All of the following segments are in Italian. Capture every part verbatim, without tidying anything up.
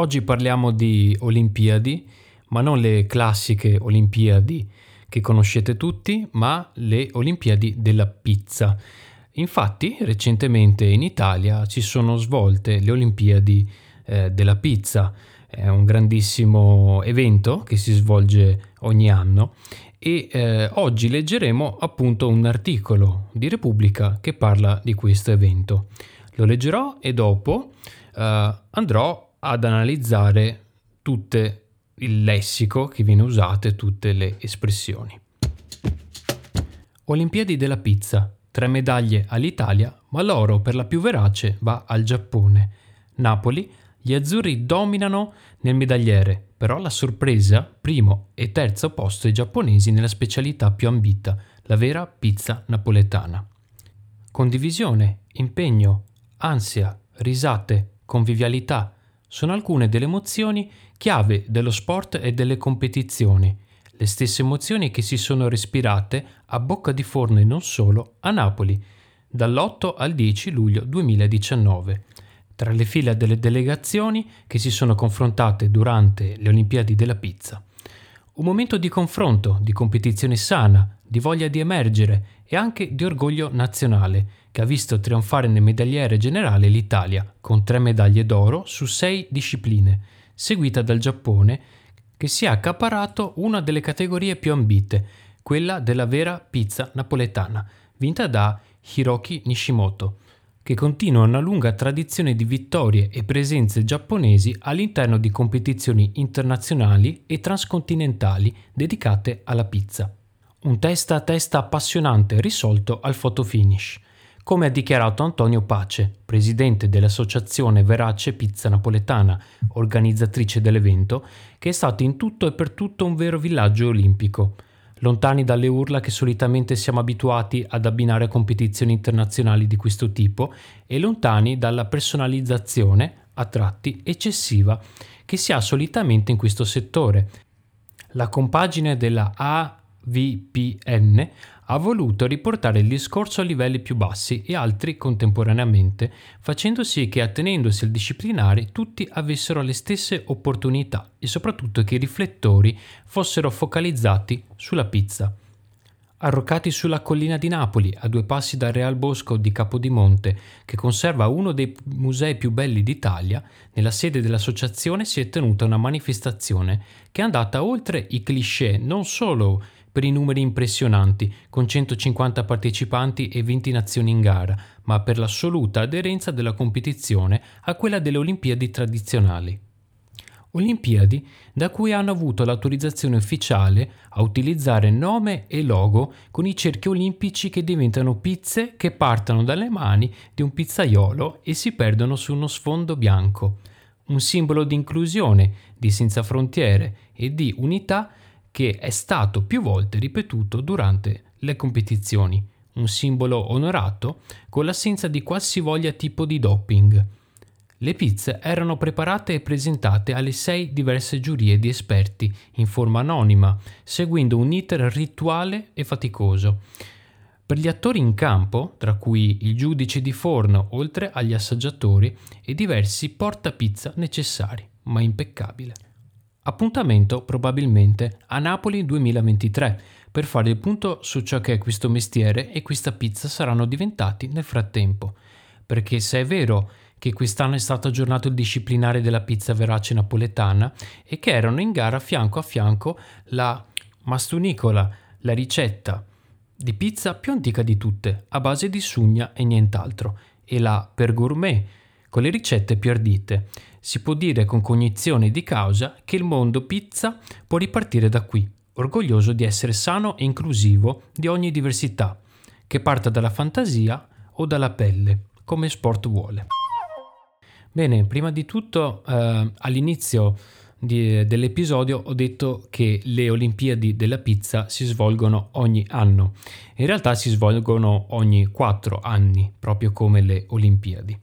Oggi parliamo di Olimpiadi, ma non le classiche Olimpiadi che conoscete tutti, ma le Olimpiadi della pizza. Infatti, recentemente in Italia ci sono svolte le Olimpiadi eh, della pizza. È un grandissimo evento che si svolge ogni anno e eh, oggi leggeremo appunto un articolo di Repubblica che parla di questo evento. Lo leggerò e dopo eh, andrò ad analizzare tutte il lessico che viene usato e tutte le espressioni. Olimpiadi della pizza, tre medaglie all'Italia, ma l'oro per la più verace va al Giappone. Napoli, gli azzurri dominano nel medagliere, però la sorpresa, primo e terzo posto ai giapponesi nella specialità più ambita, la vera pizza napoletana. Condivisione, impegno, ansia, risate, convivialità sono alcune delle emozioni chiave dello sport e delle competizioni, le stesse emozioni che si sono respirate a bocca di forno e non solo a Napoli, dall'otto al dieci luglio duemiladiciannove, tra le fila delle delegazioni che si sono confrontate durante le Olimpiadi della pizza. Un momento di confronto, di competizione sana, di voglia di emergere e anche di orgoglio nazionale, che ha visto trionfare nel medagliere generale l'Italia, con tre medaglie d'oro su sei discipline, seguita dal Giappone, che si è accaparato una delle categorie più ambite, quella della vera pizza napoletana, vinta da Hiroki Nishimoto, che continua una lunga tradizione di vittorie e presenze giapponesi all'interno di competizioni internazionali e transcontinentali dedicate alla pizza. Un testa a testa appassionante risolto al fotofinish, come ha dichiarato Antonio Pace, presidente dell'associazione Verace Pizza Napoletana, organizzatrice dell'evento, che è stato in tutto e per tutto un vero villaggio olimpico. Lontani dalle urla che solitamente siamo abituati ad abbinare a competizioni internazionali di questo tipo e lontani dalla personalizzazione, a tratti eccessiva, che si ha solitamente in questo settore. La compagine della A V P N ha voluto riportare il discorso a livelli più bassi e altri contemporaneamente, facendo sì che attenendosi al disciplinare tutti avessero le stesse opportunità e soprattutto che i riflettori fossero focalizzati sulla pizza. Arroccati sulla collina di Napoli, a due passi dal Real Bosco di Capodimonte, che conserva uno dei musei più belli d'Italia, nella sede dell'associazione si è tenuta una manifestazione che è andata oltre i cliché non solo per i numeri impressionanti, con centocinquanta partecipanti e venti nazioni in gara, ma per l'assoluta aderenza della competizione a quella delle Olimpiadi tradizionali. Olimpiadi da cui hanno avuto l'autorizzazione ufficiale a utilizzare nome e logo con i cerchi olimpici che diventano pizze che partono dalle mani di un pizzaiolo e si perdono su uno sfondo bianco. Un simbolo di inclusione, di senza frontiere e di unità che è stato più volte ripetuto durante le competizioni, un simbolo onorato con l'assenza di qualsivoglia tipo di doping. Le pizze erano preparate e presentate alle sei diverse giurie di esperti in forma anonima, seguendo un iter rituale e faticoso. Per gli attori in campo, tra cui il giudice di forno, oltre agli assaggiatori, e diversi portapizza necessari, ma impeccabile. Appuntamento probabilmente a Napoli duemilaventitré per fare il punto su ciò che è questo mestiere e questa pizza saranno diventati nel frattempo. Perché se è vero che quest'anno è stato aggiornato il disciplinare della pizza verace napoletana e che erano in gara fianco a fianco la mastunicola, la ricetta di pizza più antica di tutte, a base di sugna e nient'altro, e la per gourmet, con le ricette più ardite. Si può dire con cognizione di causa che il mondo pizza può ripartire da qui, orgoglioso di essere sano e inclusivo di ogni diversità, che parta dalla fantasia o dalla pelle, come sport vuole. Bene, prima di tutto eh, all'inizio di, dell'episodio ho detto che le Olimpiadi della pizza si svolgono ogni anno. In realtà si svolgono ogni quattro anni, proprio come le Olimpiadi.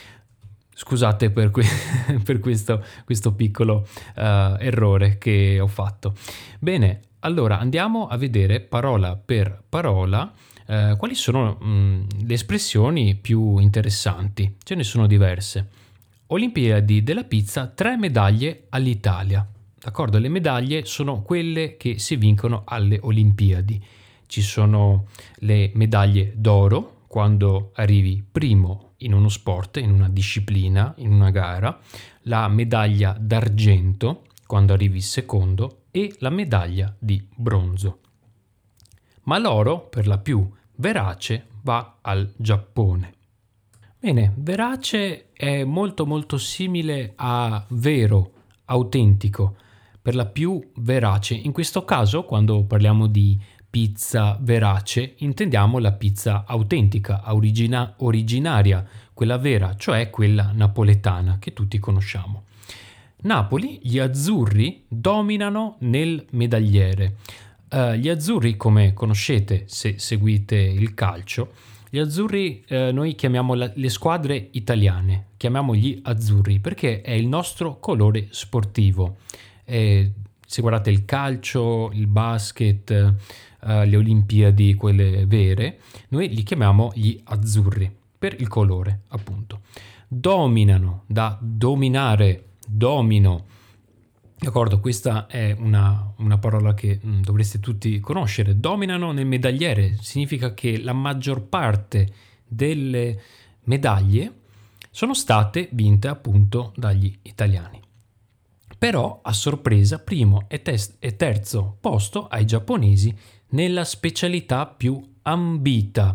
Scusate per, que- per questo, questo piccolo uh, errore che ho fatto. Bene, allora andiamo a vedere parola per parola uh, quali sono mh, le espressioni più interessanti. Ce ne sono diverse. Olimpiadi della pizza, tre medaglie all'Italia. D'accordo? Le medaglie sono quelle che si vincono alle Olimpiadi. Ci sono le medaglie d'oro quando arrivi primo in uno sport, in una disciplina, in una gara, la medaglia d'argento quando arrivi secondo e la medaglia di bronzo. Ma l'oro, per la più verace, va al Giappone. Bene, verace è molto molto simile a vero, autentico, per la più verace. In questo caso, quando parliamo di pizza verace, intendiamo la pizza autentica, origina- originaria, quella vera, cioè quella napoletana che tutti conosciamo. Napoli, gli azzurri dominano nel medagliere. Uh, gli azzurri, come conoscete se seguite il calcio, gli azzurri eh, noi chiamiamo la, le squadre italiane, chiamiamogli azzurri perché è il nostro colore sportivo. Eh, se guardate il calcio, il basket, eh, le Olimpiadi, quelle vere, noi li chiamiamo gli azzurri per il colore, appunto. Dominano, da dominare, domino. D'accordo, questa è una, una parola che mh, dovreste tutti conoscere. Dominano nel medagliere, significa che la maggior parte delle medaglie sono state vinte appunto dagli italiani. Però a sorpresa primo e, tes- e terzo posto ai giapponesi nella specialità più ambita.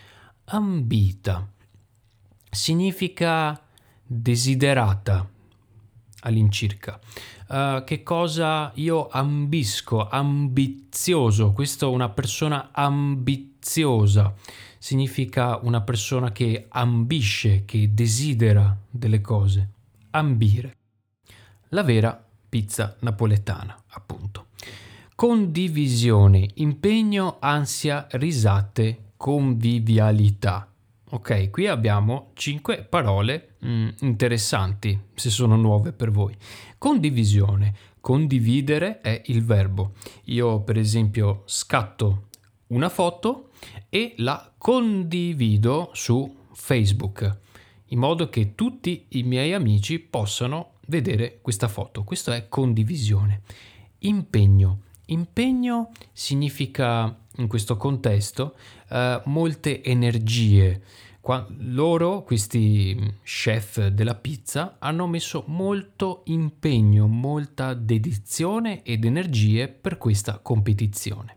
Ambita significa desiderata all'incirca. Uh, che cosa io ambisco? Ambizioso. Questo è una persona ambiziosa. Significa una persona che ambisce, che desidera delle cose. Ambire. La vera pizza napoletana, appunto. Condivisione, impegno, ansia, risate, convivialità. Ok, qui abbiamo cinque parole mh, interessanti, se sono nuove per voi. Condivisione. Condividere è il verbo. Io, per esempio, scatto una foto e la condivido su Facebook, in modo che tutti i miei amici possano vedere questa foto. Questo è condivisione. Impegno. Impegno significa, in questo contesto, eh, molte energie. Qua, loro, questi chef della pizza, hanno messo molto impegno, molta dedizione ed energie per questa competizione.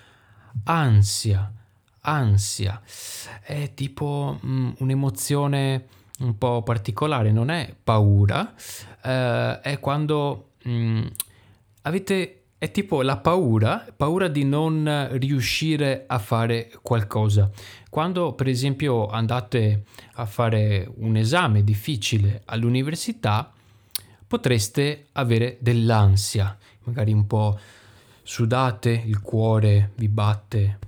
Ansia, ansia, è tipo mh, un'emozione un po' particolare, non è paura, eh, è quando mh, avete... È tipo la paura, paura di non riuscire a fare qualcosa. Quando, per esempio, andate a fare un esame difficile all'università, potreste avere dell'ansia, magari un po' sudate, il cuore vi batte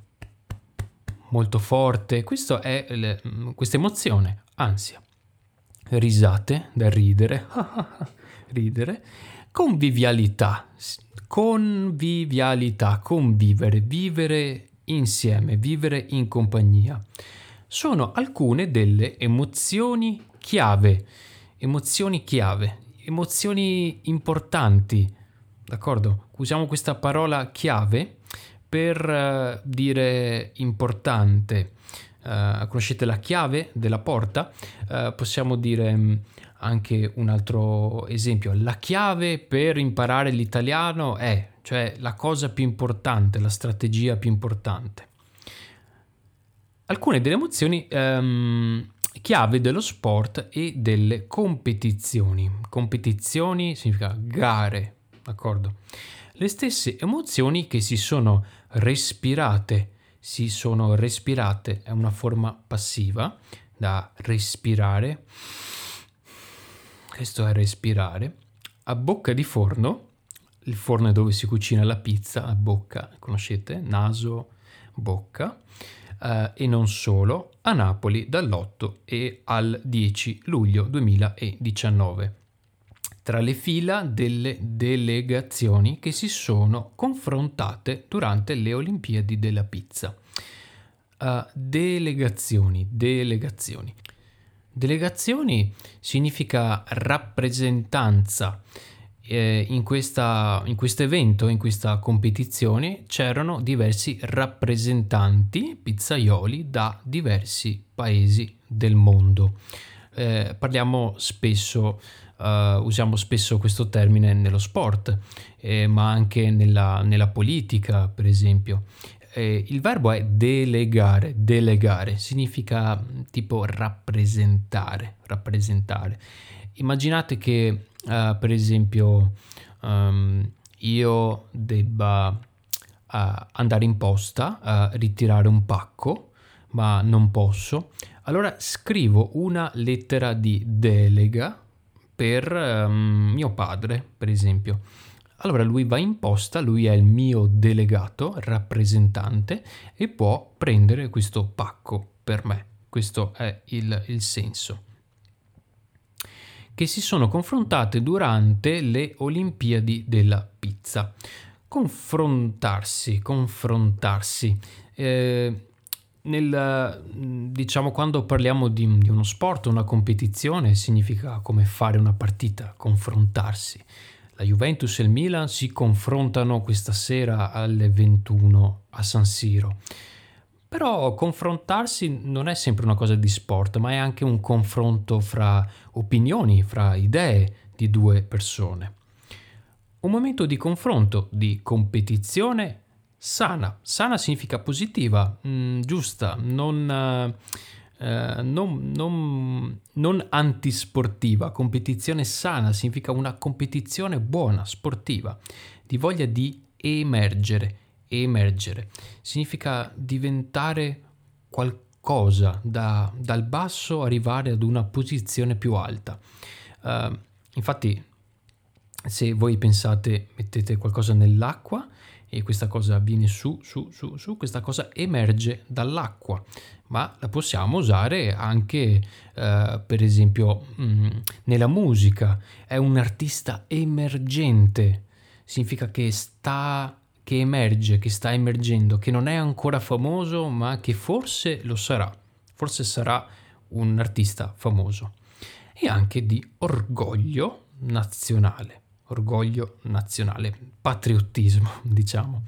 molto forte. Questo è le, questa emozione, ansia. Risate, da ridere, ridere. Convivialità. Convivialità, convivere, vivere insieme, vivere in compagnia. Sono alcune delle emozioni chiave, emozioni chiave, emozioni importanti, d'accordo? Usiamo questa parola chiave per uh, dire importante. Uh, conoscete la chiave della porta? Uh, possiamo dire... Um, Anche un altro esempio, la chiave per imparare l'italiano è, cioè la cosa più importante, la strategia più importante. Alcune delle emozioni ehm, chiave dello sport e delle competizioni. Competizioni significa gare, d'accordo? Le stesse emozioni che si sono respirate, si sono respirate, è una forma passiva da respirare. Questo è respirare. A bocca di forno, il forno è dove si cucina la pizza, a bocca, conoscete? Naso, bocca. Eh, e non solo, a Napoli dall'otto e al dieci luglio duemiladiciannove. Tra le fila delle delegazioni che si sono confrontate durante le Olimpiadi della pizza. Uh, delegazioni, delegazioni. Delegazioni significa rappresentanza. Eh, in questa, in questo evento, in questa competizione, c'erano diversi rappresentanti pizzaioli da diversi paesi del mondo. Eh, parliamo spesso, uh, usiamo spesso questo termine nello sport, eh, ma anche nella, nella politica, per esempio. Eh, il verbo è delegare, delegare, significa tipo rappresentare, rappresentare. Immaginate che, uh, per esempio, um, io debba uh, andare in posta a ritirare un pacco, ma non posso. Allora scrivo una lettera di delega per um, mio padre, per esempio. Allora lui va in posta, lui è il mio delegato, rappresentante, e può prendere questo pacco per me. Questo è il, il senso. Che si sono confrontate durante le Olimpiadi della pizza. Confrontarsi, confrontarsi. Eh, nel, diciamo, quando parliamo di, di uno sport, una competizione, significa come fare una partita, confrontarsi. La Juventus e il Milan si confrontano questa sera alle ventuno a San Siro. Però confrontarsi non è sempre una cosa di sport, ma è anche un confronto fra opinioni, fra idee di due persone. Un momento di confronto, di competizione sana. Sana significa positiva, mh, giusta, non... Uh, non, non, non antisportiva. Competizione sana significa una competizione buona, sportiva, di voglia di emergere. Emergere significa diventare qualcosa, da, dal basso arrivare ad una posizione più alta. Uh, infatti, se voi pensate, mettete qualcosa nell'acqua e questa cosa viene su, su, su, su, questa cosa emerge dall'acqua, ma la possiamo usare anche, eh, per esempio, mh, nella musica. È un artista emergente, significa che sta, che emerge, che sta emergendo, che non è ancora famoso, ma che forse lo sarà, forse sarà un artista famoso. E anche di orgoglio nazionale. Orgoglio nazionale, patriottismo, diciamo,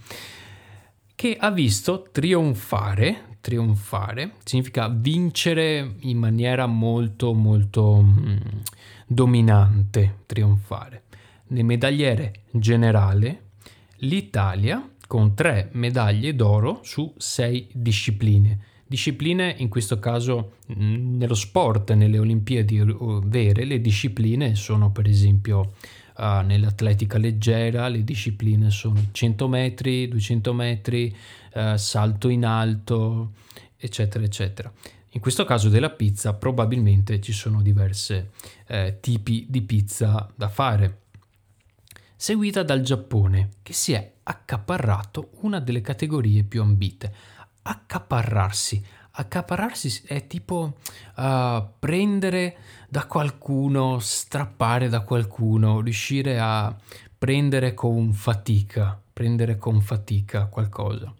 che ha visto trionfare, trionfare significa vincere in maniera molto molto mh, dominante, trionfare. Nel medagliere generale l'Italia con tre medaglie d'oro su sei discipline. Discipline in questo caso mh, nello sport, nelle Olimpiadi vere, le discipline sono per esempio Uh, nell'atletica leggera le discipline sono cento metri, duecento metri, uh, salto in alto, eccetera, eccetera. In questo caso della pizza probabilmente ci sono diverse uh, tipi di pizza da fare. Seguita dal Giappone, che si è accaparrato una delle categorie più ambite. Accaparrarsi. Accaparrarsi è tipo uh, prendere da qualcuno, strappare da qualcuno, riuscire a prendere con fatica, prendere con fatica qualcosa.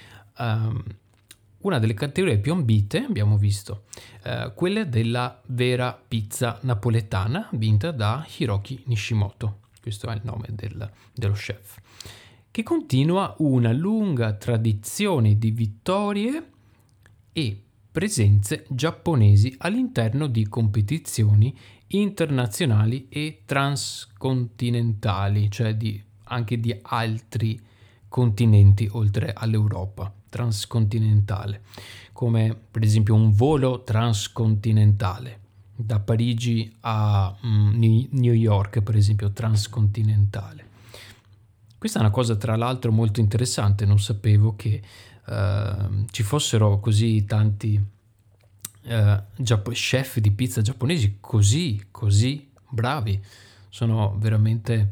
Um, una delle categorie più ambite, abbiamo visto, uh, quella della vera pizza napoletana, vinta da Hiroki Nishimoto. Questo è il nome del, dello chef, che continua una lunga tradizione di vittorie e presenze giapponesi all'interno di competizioni internazionali e transcontinentali, cioè di, anche di altri continenti oltre all'Europa, transcontinentale, come per esempio un volo transcontinentale da Parigi a mm, New York, per esempio, transcontinentale. Questa è una cosa tra l'altro molto interessante, non sapevo che Uh, ci fossero così tanti uh, giappo- chef di pizza giapponesi così, così bravi. Sono veramente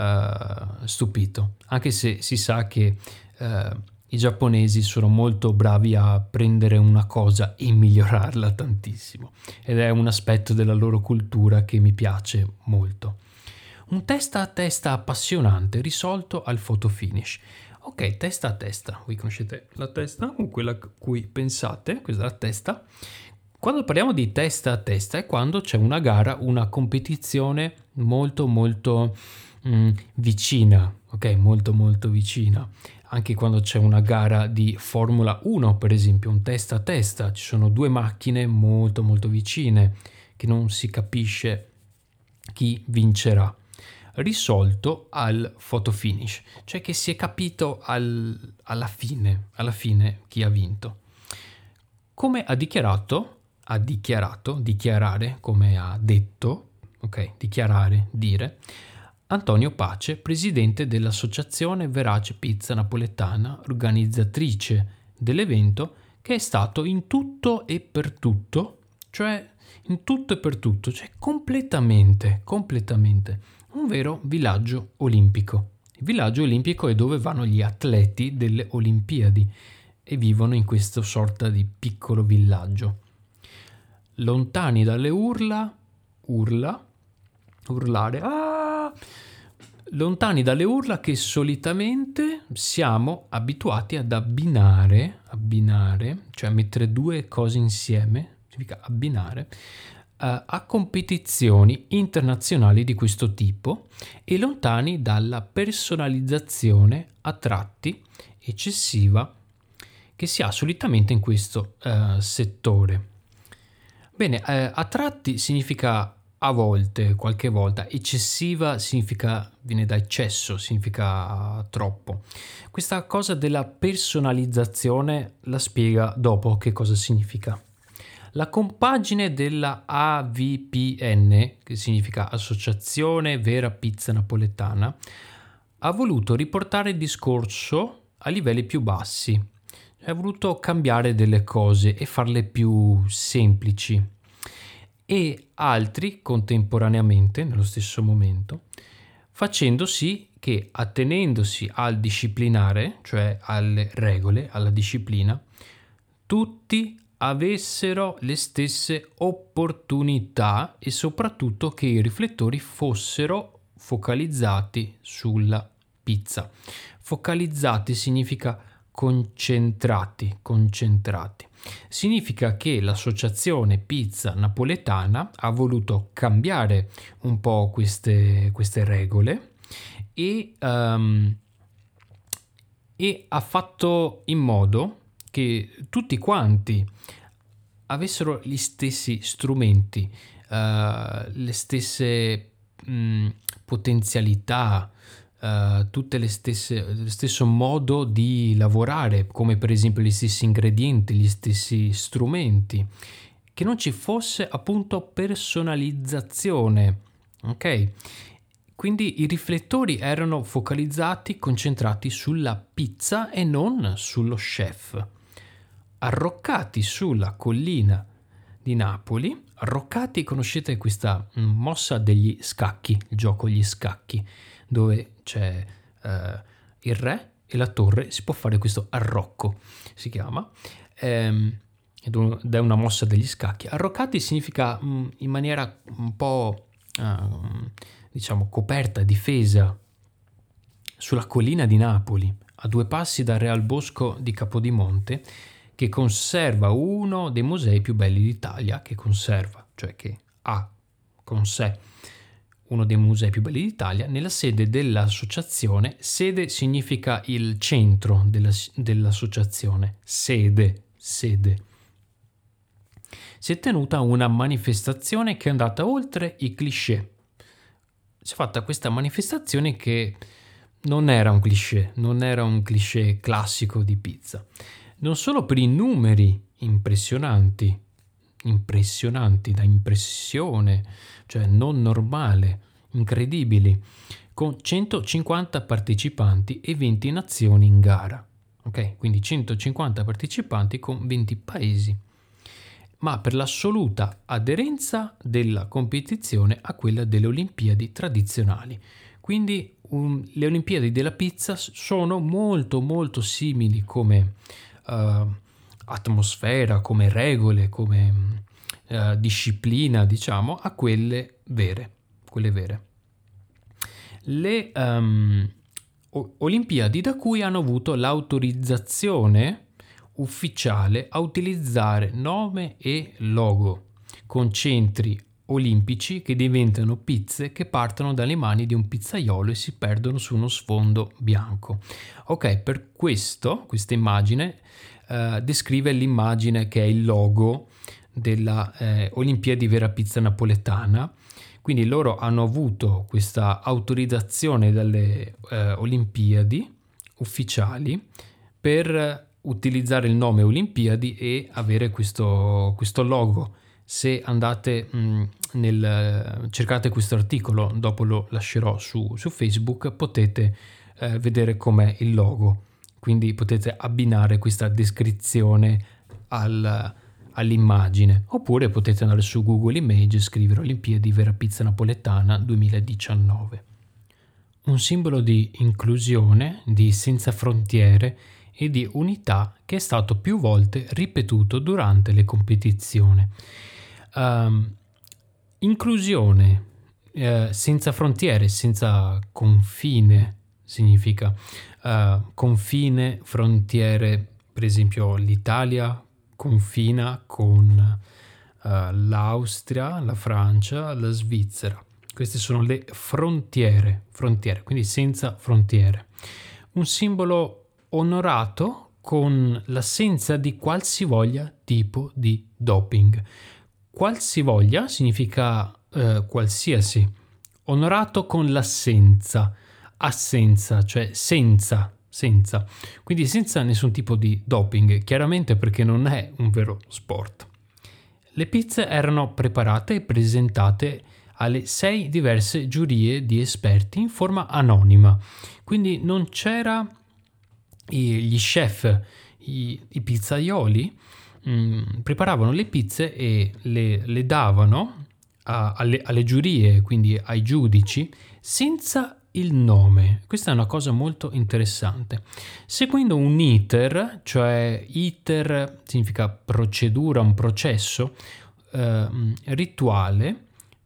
uh, stupito, anche se si sa che uh, i giapponesi sono molto bravi a prendere una cosa e migliorarla tantissimo, ed è un aspetto della loro cultura che mi piace molto. Un testa a testa appassionante risolto al photo finish. Ok, testa a testa, voi conoscete la testa, con quella a cui pensate, questa è la testa. Quando parliamo di testa a testa è quando c'è una gara, una competizione molto molto mh, vicina, ok? Molto molto vicina. Anche quando c'è una gara di Formula uno, per esempio, un testa a testa, ci sono due macchine molto molto vicine che non si capisce chi vincerà. Risolto al photo finish, cioè che si è capito al, alla fine, alla fine chi ha vinto. Come ha dichiarato, ha dichiarato, dichiarare, come ha detto, ok, dichiarare, dire, Antonio Pace, presidente dell'Associazione Verace Pizza Napoletana, organizzatrice dell'evento, che è stato in tutto e per tutto, cioè in tutto e per tutto, cioè completamente, completamente, un vero villaggio olimpico. Il villaggio olimpico è dove vanno gli atleti delle Olimpiadi e vivono in questa sorta di piccolo villaggio. Lontani dalle urla, urla, urlare, ah! Lontani dalle urla che solitamente siamo abituati ad abbinare, abbinare, cioè mettere due cose insieme, significa abbinare, uh, a competizioni internazionali di questo tipo e lontani dalla personalizzazione a tratti eccessiva che si ha solitamente in questo uh, settore. Bene, eh, a tratti significa a volte, qualche volta, eccessiva significa, viene da eccesso, significa troppo. Questa cosa della personalizzazione la spiega dopo che cosa significa. La compagine della A V P N, che significa Associazione Vera Pizza Napoletana, ha voluto riportare il discorso a livelli più bassi. Ha voluto cambiare delle cose e farle più semplici. E altri contemporaneamente, nello stesso momento, facendo sì che, attenendosi al disciplinare, cioè alle regole, alla disciplina, tutti avessero le stesse opportunità e soprattutto che i riflettori fossero focalizzati sulla pizza. Focalizzati significa concentrati, concentrati. Significa che l'associazione Pizza Napoletana ha voluto cambiare un po' queste, queste regole e, um, e ha fatto in modo che tutti quanti avessero gli stessi strumenti, uh, le stesse mh, potenzialità, Uh, tutte le stesse, lo stesso modo di lavorare, come per esempio gli stessi ingredienti, gli stessi strumenti, che non ci fosse appunto personalizzazione, ok? Quindi i riflettori erano focalizzati, concentrati sulla pizza e non sullo chef. Arroccati sulla collina di Napoli, arroccati, conoscete questa mossa degli scacchi, il gioco degli scacchi, dove c'è eh, il re e la torre, si può fare questo arrocco, si chiama, ehm, ed è una mossa degli scacchi. Arroccati significa mh, in maniera un po' uh, diciamo coperta, difesa, sulla collina di Napoli, a due passi dal Real Bosco di Capodimonte, che conserva uno dei musei più belli d'Italia, che conserva, cioè che ha con sé uno dei musei più belli d'Italia, nella sede dell'associazione. Sede significa il centro della, dell'associazione, sede, sede. Si è tenuta una manifestazione che è andata oltre i cliché. Si è fatta questa manifestazione che non era un cliché, non era un cliché classico di pizza. Non solo per i numeri impressionanti, impressionanti da impressione, cioè non normale, incredibili, con centocinquanta partecipanti e venti nazioni in gara. Ok, quindi centocinquanta partecipanti con venti paesi, ma per l'assoluta aderenza della competizione a quella delle Olimpiadi tradizionali. Quindi um, le Olimpiadi della pizza sono molto molto simili come uh, atmosfera, come regole, come uh, disciplina, diciamo, a quelle vere, quelle vere. Le um, Olimpiadi da cui hanno avuto l'autorizzazione ufficiale a utilizzare nome e logo, con centri olimpici che diventano pizze che partono dalle mani di un pizzaiolo e si perdono su uno sfondo bianco. Ok, per questo, questa immagine eh, descrive l'immagine che è il logo della eh, Olimpiadi Vera Pizza Napoletana. Quindi loro hanno avuto questa autorizzazione dalle eh, Olimpiadi ufficiali per utilizzare il nome Olimpiadi e avere questo, questo logo. Se andate mh, nel cercate questo articolo, dopo lo lascerò su, su Facebook, potete eh, vedere com'è il logo, quindi potete abbinare questa descrizione al, all'immagine, oppure potete andare su Google Image e scrivere Olimpiadi Vera Pizza Napoletana duemiladiciannove. Un simbolo di inclusione, di senza frontiere e di unità che è stato più volte ripetuto durante le competizioni. Um, inclusione, eh, senza frontiere, senza confine, significa uh, confine, frontiere. Per esempio l'Italia confina con uh, l'Austria, la Francia, la Svizzera. Queste sono le frontiere, frontiere, quindi senza frontiere. Un simbolo onorato con l'assenza di qualsivoglia tipo di doping. Qualsivoglia significa eh, qualsiasi, onorato con l'assenza, assenza, cioè senza, senza, quindi senza nessun tipo di doping, chiaramente perché non è un vero sport. Le pizze erano preparate e presentate alle sei diverse giurie di esperti in forma anonima, quindi non c'era gli chef, i, i pizzaioli mh, preparavano le pizze e le, le davano a, alle, alle giurie, quindi ai giudici, senza il nome. Questa è una cosa molto interessante. Seguendo un iter, cioè iter significa procedura, un processo eh, rituale,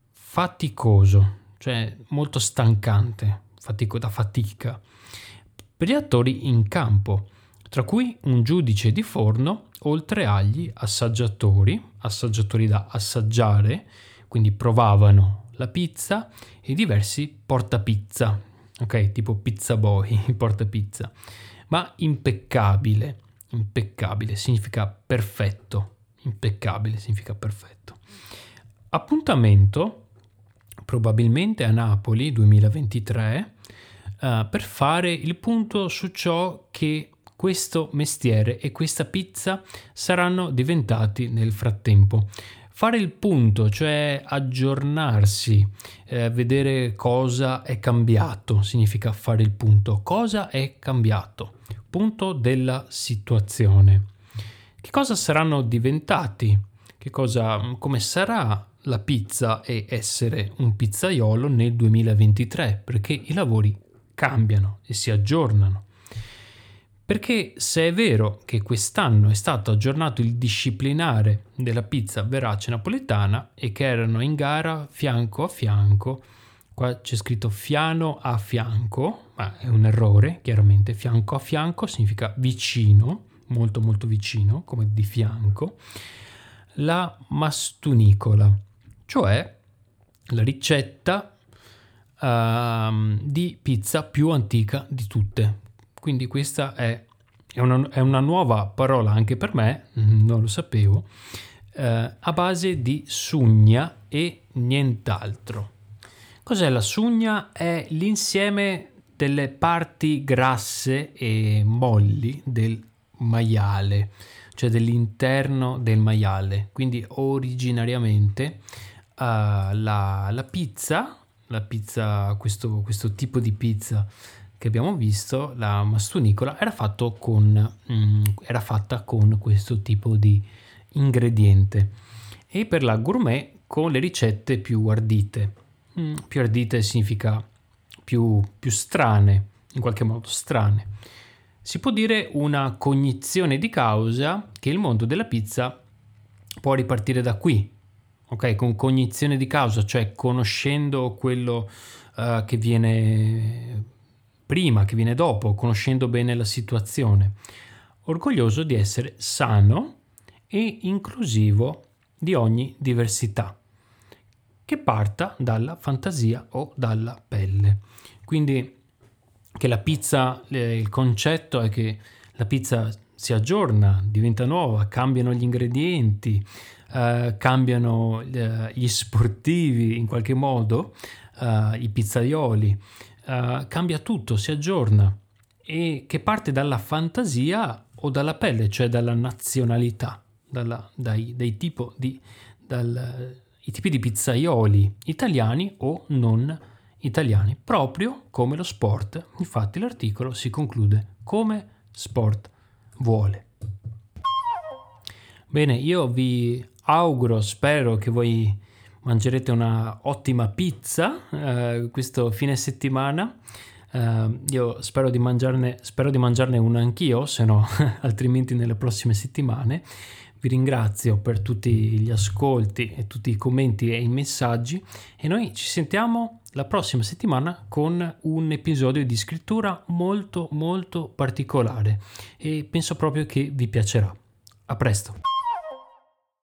faticoso, cioè molto stancante, fatico da fatica, per gli attori in campo, tra cui un giudice di forno, oltre agli assaggiatori, assaggiatori da assaggiare, quindi provavano la pizza, e diversi portapizza, ok, tipo pizza boy, portapizza, ma impeccabile, impeccabile significa perfetto, impeccabile significa perfetto. Appuntamento probabilmente a Napoli duemilaventitré uh, per fare il punto su ciò che questo mestiere e questa pizza saranno diventati nel frattempo. Fare il punto, cioè aggiornarsi, eh, vedere cosa è cambiato, significa fare il punto. Cosa è cambiato? Punto della situazione. Che cosa saranno diventati? Che cosa, come sarà la pizza e essere un pizzaiolo nel duemilaventitré? Perché i lavori cambiano e si aggiornano. Perché se è vero che quest'anno è stato aggiornato il disciplinare della pizza verace napoletana e che erano in gara fianco a fianco, qua c'è scritto fiano a fianco, ma è un errore chiaramente, fianco a fianco significa vicino, molto molto vicino, come di fianco, la mastunicola, cioè la ricetta uh, di pizza più antica di tutte. Quindi questa è, è, una, è una nuova parola anche per me, non lo sapevo, eh, a base di sugna e nient'altro. Cos'è la sugna? È l'insieme delle parti grasse e molli del maiale, cioè dell'interno del maiale. Quindi originariamente uh, la, la pizza, la pizza questo, questo tipo di pizza che abbiamo visto, la mastunicola, era fatto con mm, era fatta con questo tipo di ingrediente, e per la gourmet con le ricette più ardite. Mm, più ardite significa più, più strane, in qualche modo strane. Si può dire una cognizione di causa che il mondo della pizza può ripartire da qui, ok? Con cognizione di causa, cioè conoscendo quello uh, che viene prima, che viene dopo, conoscendo bene la situazione. orgoglioso di essere sano e inclusivo di ogni diversità, che parta dalla fantasia o dalla pelle. Quindi che la pizza, eh, il concetto è che la pizza si aggiorna, diventa nuova, cambiano gli ingredienti, eh, cambiano eh, gli sportivi in qualche modo, eh, i pizzaioli, eh, cambia tutto, si aggiorna, e che parte dalla fantasia o dalla pelle, cioè dalla nazionalità, dalla, dai, dai tipo di, dal, i tipi di pizzaioli italiani o non italiani, proprio come lo sport. Infatti l'articolo si conclude: come sport vuole. Bene, io vi auguro, spero che voi mangerete una ottima pizza eh, questo fine settimana. Uh, io spero di mangiarne, spero di mangiarne una anch'io, se no altrimenti nelle prossime settimane. Vi ringrazio per tutti gli ascolti e tutti i commenti e i messaggi, e noi ci sentiamo la prossima settimana con un episodio di scrittura molto molto particolare e penso proprio che vi piacerà. A presto!